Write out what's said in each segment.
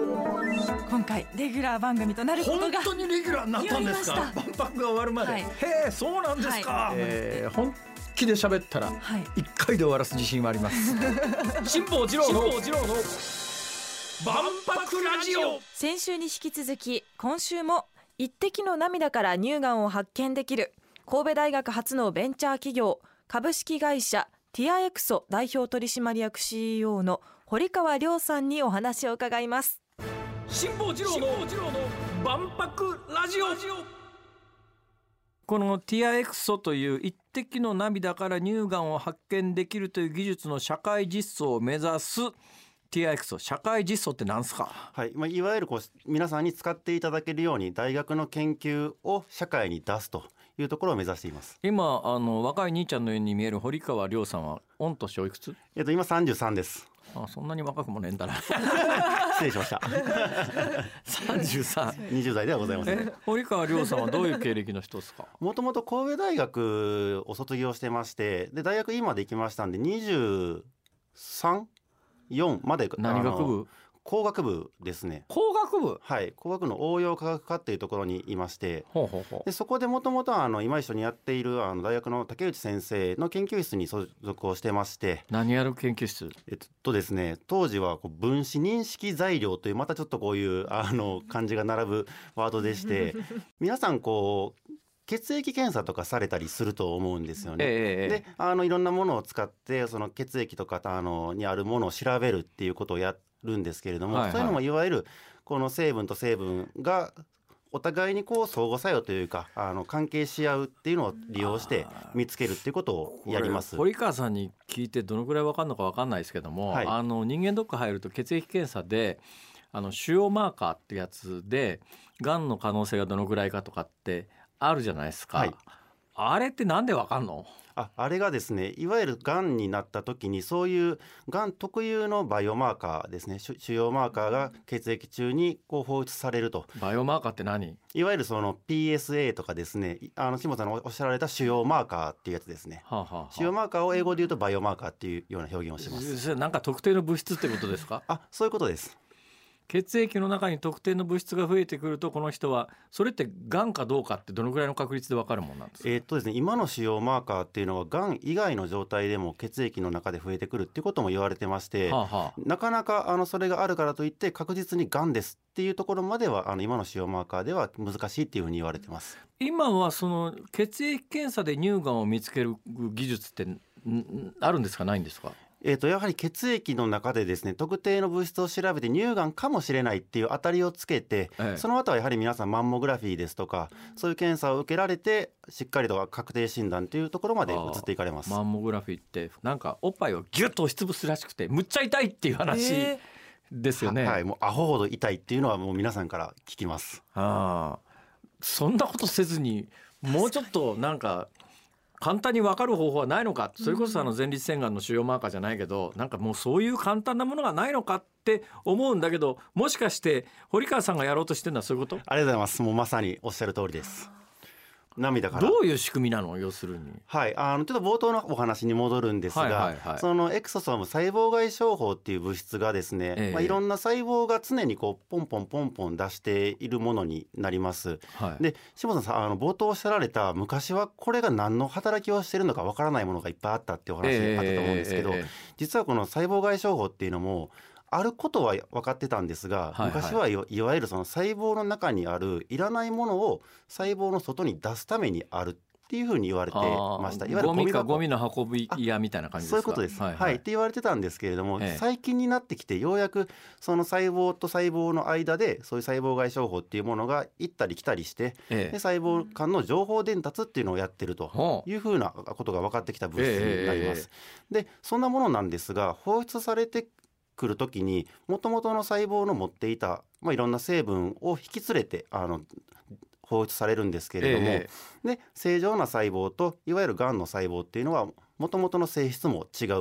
今回レギュラー番組となることが本当にレギュラーになったんですか？ 決まりま万博が終わるまで、 はいへえそうなんですか、本気で喋ったらはい 1回で終わらす自信はあります辛坊治郎の万博ラジオ。 先週に引き続き今週も一滴の涙から乳がんを発見できる神戸大学初のベンチャー企業株式会社ティアエクソ代表取締役 CEO の堀川亮さんにお話を伺います。 辛坊治郎の万博ラジオ。このティアエクソという一滴の涙から乳がんを発見できるという技術の社会実装を目指すティアエクソ、社会実装って何すか？ はい、いわゆる皆さんに使っていただけるように大学の研究を社会に出すというところを目指しています。 今若い兄ちゃんのように見える堀川亮さんは御年おいくつ？ 今33です。 そんなに若くもねえんだな失礼しました 33 20代ではございません。 堀川亮さんはどういう経歴の人ですか？ もともと神戸大学を卒業してまして、で大学院まで行きましたんで23、4まで何学部？ 工学部ですね。 工学部？ はい、工学の応用科学科っていうところにいまして、 ほうほうほう。 でそこでもともと今一緒にやっている大学の竹内先生の研究室に所属をしてまして、 何やる研究室？ ですね、当時は分子認識材料というまたちょっとこういう漢字が並ぶワードでして皆さん血液検査とかされたりすると思うんですよね、でいろんなものを使ってその血液とかにあるものを調べるっていうことをやるんですけれども、 はいはい、 そういうのもいわゆるこの成分と成分がお互いに相互作用というか関係し合うっていうのを利用して見つけるっていうことをやります。 堀川さんに聞いてどのくらい分かるのか分かんないですけども、はい、人間ドック入ると血液検査で腫瘍マーカーってやつでがんの可能性がどのくらいかとかってあるじゃないですか、はい、あれってなんで分かんの？ あれがですね、いわゆるがんになった時にそういうがん特有のバイオマーカーですね、腫瘍マーカーが血液中に放出されると。 バイオマーカーって何？ いわゆるその PSA とかですね、下さんのおっしゃられた腫瘍マーカーっていうやつですね、腫瘍マーカーを英語で言うとバイオマーカーっていうような表現をします。 それなんか特定の物質ってことですか？ そういうことです。 血液の中に特定の物質が増えてくるとこの人はそれってがんかどうかってどのくらいの確率で分かるものなんですか？ ですね、今の腫瘍マーカーっていうのはがん以外の状態でも血液の中で増えてくるっていうことも言われてまして、なかなかそれがあるからといって確実にがんですっていうところまでは今の腫瘍マーカーでは難しいっていうふうに言われてます。 今はその血液検査で乳がんを見つける技術ってあるんですか、ないんですか？ やはり血液の中でですね、特定の物質を調べて乳がんかもしれないっていう当たりをつけて、その後はやはり皆さんマンモグラフィーですとかそういう検査を受けられてしっかりと確定診断というところまで移っていかれます。 マンモグラフィーってなんかおっぱいをギュッと押しつぶすらしくてむっちゃ痛いっていう話ですよね。 はい、もうアホほど痛いっていうのはもう皆さんから聞きます。 そんなことせずにもうちょっとなんか簡単に分かる方法はないのか、それこそ前立腺がんの腫瘍マーカーじゃないけどなんかもうそういう簡単なものがないのかって思うんだけど、もしかして堀川さんがやろうとしてるのはそういうこと？ ありがとうございます。もうまさにおっしゃる通りです。涙からどういう仕組みなの？要するに、 はい、ちょっと冒頭のお話に戻るんですが、そのエクソソーム細胞外症法っていう物質がですね、いろんな細胞が常にポンポンポンポン出しているものになります、で下さん冒頭おっしゃられた昔はこれが何の働きをしているのかわからないものがいっぱいあったっていうお話あったと思うんですけど、実はこの細胞外症法っていうのもあることは分かってたんですが、昔はいわゆるその細胞の中にあるいらないものを細胞の外に出すためにあるっていうふうに言われてました。いわゆるゴミの運び屋みたいな感じですか？ そういうことです、って言われてたんですけれども、最近になってきてようやくその細胞と細胞の間でそういう細胞外症法っていうものが行ったり来たりして、で細胞間の情報伝達っていうのをやってるというふうなことが分かってきた物質になります、でそんなものなんですが、放出されてくるときに元々の細胞の持っていた、いろんな成分を引き連れて放出されるんですけれども、で正常な細胞といわゆるがんの細胞っていうのは元々の性質も違うと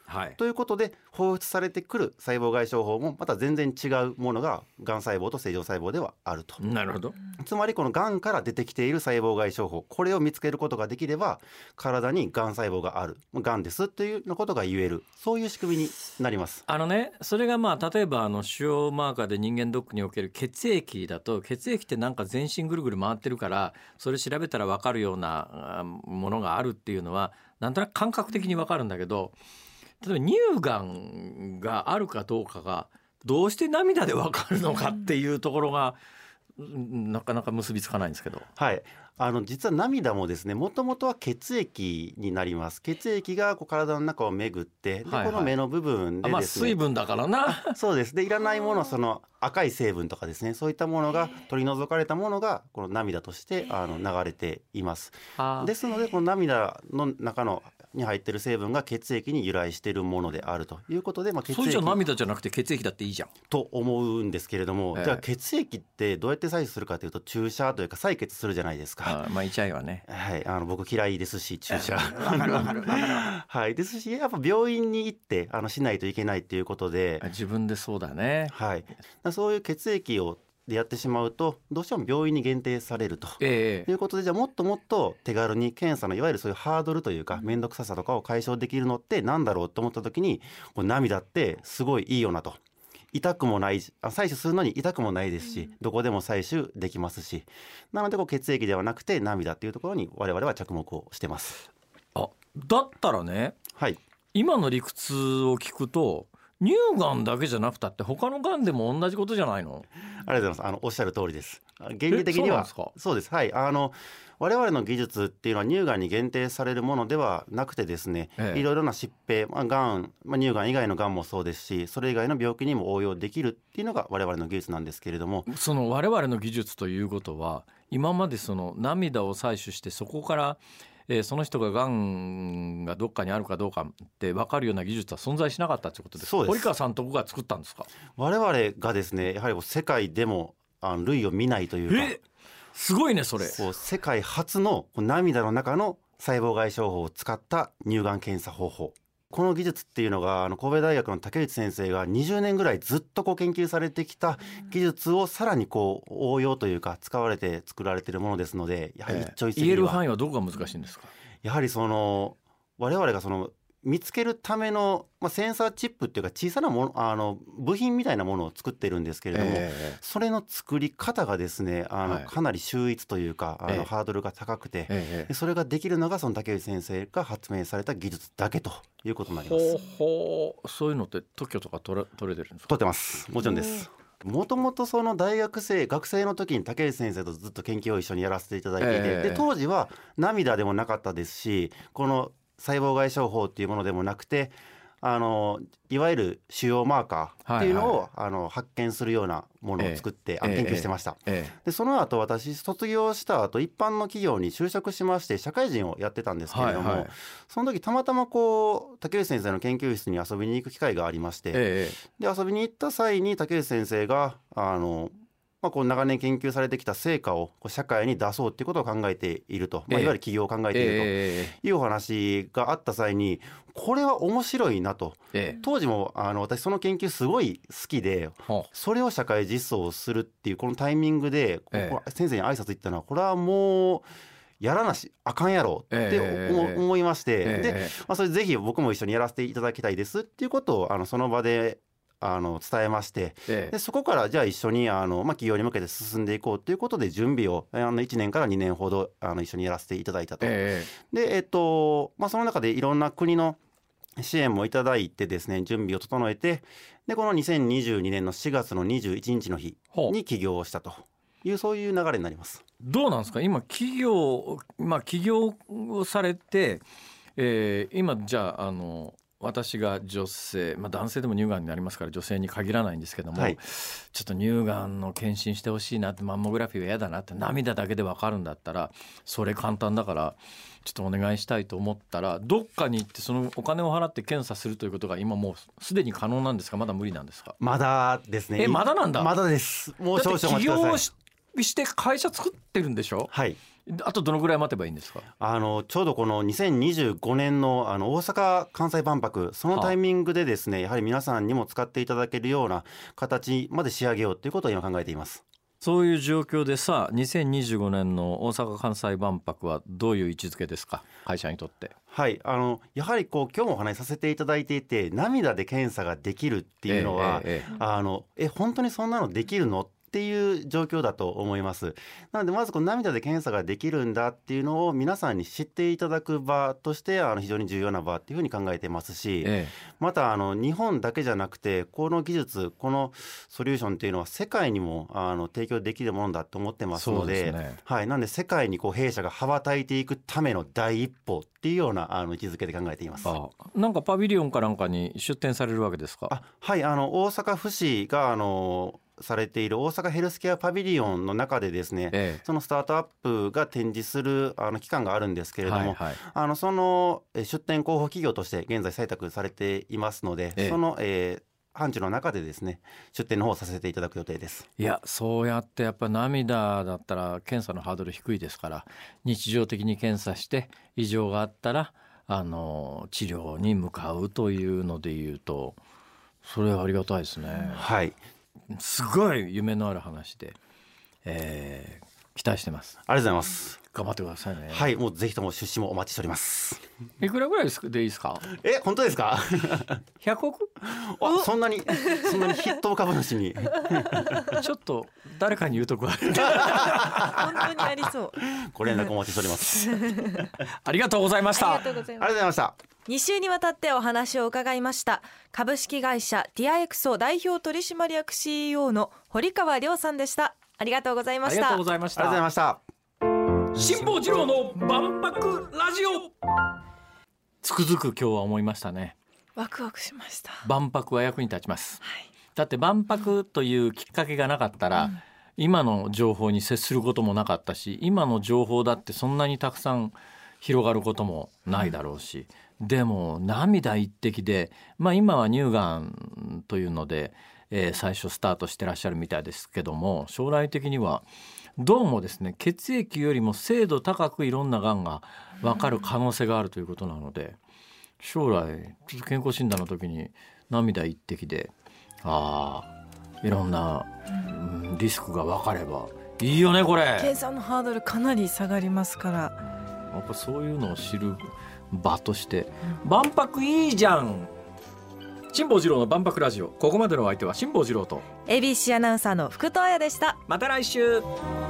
はい、 ということで放出されてくる細胞外傷胞もまた全然違うものががん細胞と正常細胞ではあると。 なるほど。 つまりこのがんから出てきている細胞外傷胞、これを見つけることができれば体にがん細胞がある、がんですというのことが言える、そういう仕組みになります。 それが例えば腫瘍マーカーで人間ドックにおける血液だと、血液ってなんか全身ぐるぐる回ってるから、それ調べたら分かるようなものがあるっていうのはなんとなく感覚的に分かるんだけど、例えば乳がんがあるかどうかがどうして涙で分かるのかっていうところがなかなか結びつかないんですけど、 はい、実は涙もですね、もともとは血液になります。血液が体の中を巡って、で、この目の部分でですね、 水分だからなそうです。で、いらないもの、その赤い成分とかですね、そういったものが取り除かれたものがこの涙として流れています。ですのでこの涙の中に入っている成分が血液に由来しているものであるということで、血液、 それじゃ涙じゃなくて血液だっていいじゃんと思うんですけれども、じゃあ血液ってどうやって採取するかというと、注射というか採血するじゃないですか。 痛いわね。 はい、僕嫌いですし、注射わかるはい、ですし、やっぱ病院に行ってしないといけないということで、 自分でそうだね。 はい、そういう血液をでやってしまうとどうしても病院に限定されると、いうことで、じゃあもっともっと手軽に検査のいわゆるそういうハードルというか面倒くささとかを解消できるのってなんだろうと思った時に、これ涙ってすごいいいよなと。痛くもない、採取するのに痛くもないですし、どこでも採取できますし、なので血液ではなくて涙っていうところに我々は着目をしてます。 だったらね、はい、今の理屈を聞くと乳がんだけじゃなくたって他のがんでも同じことじゃないの？ ありがとうございます。おっしゃる通りです。原理的にはそうです。はい、我々の技術っていうのは乳がんに限定されるものではなくてですね、いろいろな疾病、がん、乳がん以外のがんもそうですし、それ以外の病気にも応用できるっていうのが我々の技術なんですけれども、 その我々の技術ということは、今までその涙を採取してそこからその人ががんがどっかにあるかどうかって分かるような技術は存在しなかったということです。 そうです。 堀川さんとこが作ったんですか？ 我々がですね、やはり世界でも類を見ないというか、 すごいねそれ。 世界初の涙の中の細胞外傷胞を使った乳がん検査方法、この技術っていうのが神戸大学の竹内先生が20年ぐらいずっと研究されてきた技術をさらに応用というか使われて作られているものですので、やはり一朝一夕には、 言える範囲はどこが難しいんですか？ やはり我々が見つけるための、センサーチップっていうか小さなもの部品みたいなものを作ってるんですけれども、それの作り方がですねかなり秀逸というかハードルが高くて、それができるのがその竹内先生が発明された技術だけということになります。 そういうのって特許とか取れてるんですか？ 取ってます。もちろんです。もともと大学生の時に竹内先生とずっと研究を一緒にやらせていただいていて、で当時は涙でもなかったですし、この細胞外傷胞っていうものでもなくていわゆる腫瘍マーカーっていうのを、発見するようなものを作って研究してました。でその後私卒業した後一般の企業に就職しまして社会人をやってたんですけれども、その時たまたま竹内先生の研究室に遊びに行く機会がありまして、で遊びに行った際に竹内先生が長年研究されてきた成果を社会に出そうっていうことを考えていると、いわゆる企業を考えているというお話があった際に、これは面白いなと、当時も私その研究すごい好きで、それを社会実装するっていうこのタイミングで、先生に挨拶行ったのはこれはもうやらなしあかんやろって思いまして、で、それぜひ僕も一緒にやらせていただきたいですっていうことをその場で伝えまして、でそこからじゃあ一緒に企業に向けて進んでいこうということで準備を1年から2年ほど一緒にやらせていただいたと。でその中でいろんな国の支援もいただいてですね、準備を整えて、でこの2022年の4月の21日の日に起業をしたという、そういう流れになります。 どうなんですか今起業をされて、今じゃあ私が女性、男性でも乳がんになりますから女性に限らないんですけども、ちょっと乳がんの検診してほしいなって、マンモグラフィーは嫌だなって、涙だけで分かるんだったらそれ簡単だからちょっとお願いしたいと思ったら、どっかに行ってそのお金を払って検査するということが今もうすでに可能なんですか？まだ無理なんですか？ まだですね。 まだなんだ。 まだです。もう少々お待ちください。 だって起業して会社作ってるんでしょ？ あとどのぐらい待てばいいんですか？ ちょうどこの2025年の大阪・関西万博、そのタイミングでですね、やはり皆さんにも使っていただけるような形まで仕上げようということを今考えています。 そういう状況でさ、2025年の大阪・関西万博はどういう位置づけですか、会社にとって。 はい、やはり今日もお話しさせていただいていて、涙で検査ができるっていうのは、本当にそんなのできるのっていう状況だと思います。なのでまずこの涙で検査ができるんだっていうのを皆さんに知っていただく場として非常に重要な場っていうふうに考えていますし、また日本だけじゃなくて、この技術、このソリューションっていうのは世界にも提供できるものだと思ってますので、なので世界に弊社が羽ばたいていくための第一歩っていうような位置づけで考えています。 なんかパビリオンかなんかに出展されるわけですか？ はい、大阪府市がされている大阪ヘルスケアパビリオンの中でですね、そのスタートアップが展示する期間があるんですけれども、その出展候補企業として現在採択されていますので、その範疇の中でですね、出展の方をさせていただく予定です。 いや、そうやってやっぱ涙だったら検査のハードル低いですから、日常的に検査して異常があったら治療に向かうというのでいうと、それはありがたいですね。 はい、 すごい夢のある話で、期待してます。 ありがとうございます。 頑張ってくださいね。 はい、もうぜひとも出資もお待ちしております。 いくらぐらいでいいですか？ 本当ですか ？100億？ そんなに筆頭株主にちょっと誰かに言うとこある本当にありそう。 ご連絡お待ちしておりますありがとうございました。 ありがとうございました。 2週にわたってお話を伺いました株式会社ティアエクソ代表取締役 CEO の堀川亮さんでした。ありがとうございました。 ありがとうございました。辛坊治郎の万博ラジオ。つくづく今日は思いましたね。 ワクワクしました。 万博は役に立ちます、だって万博というきっかけがなかったら、今の情報に接することもなかったし、今の情報だってそんなにたくさん広がることもないだろうし、でも涙一滴で、今は乳がんというので、最初スタートしてらっしゃるみたいですけども、将来的にはどうもですね、血液よりも精度高くいろんながんが分かる可能性があるということなので、将来ちょっと健康診断の時に涙一滴でいろんな、リスクが分かればいいよね。これ検査のハードルかなり下がりますから、 やっぱそういうのを知る場として、万博いいじゃん。辛坊治郎の万博ラジオ、ここまでのお相手は辛坊治郎と ABC アナウンサーの福藤彩でした。 また来週。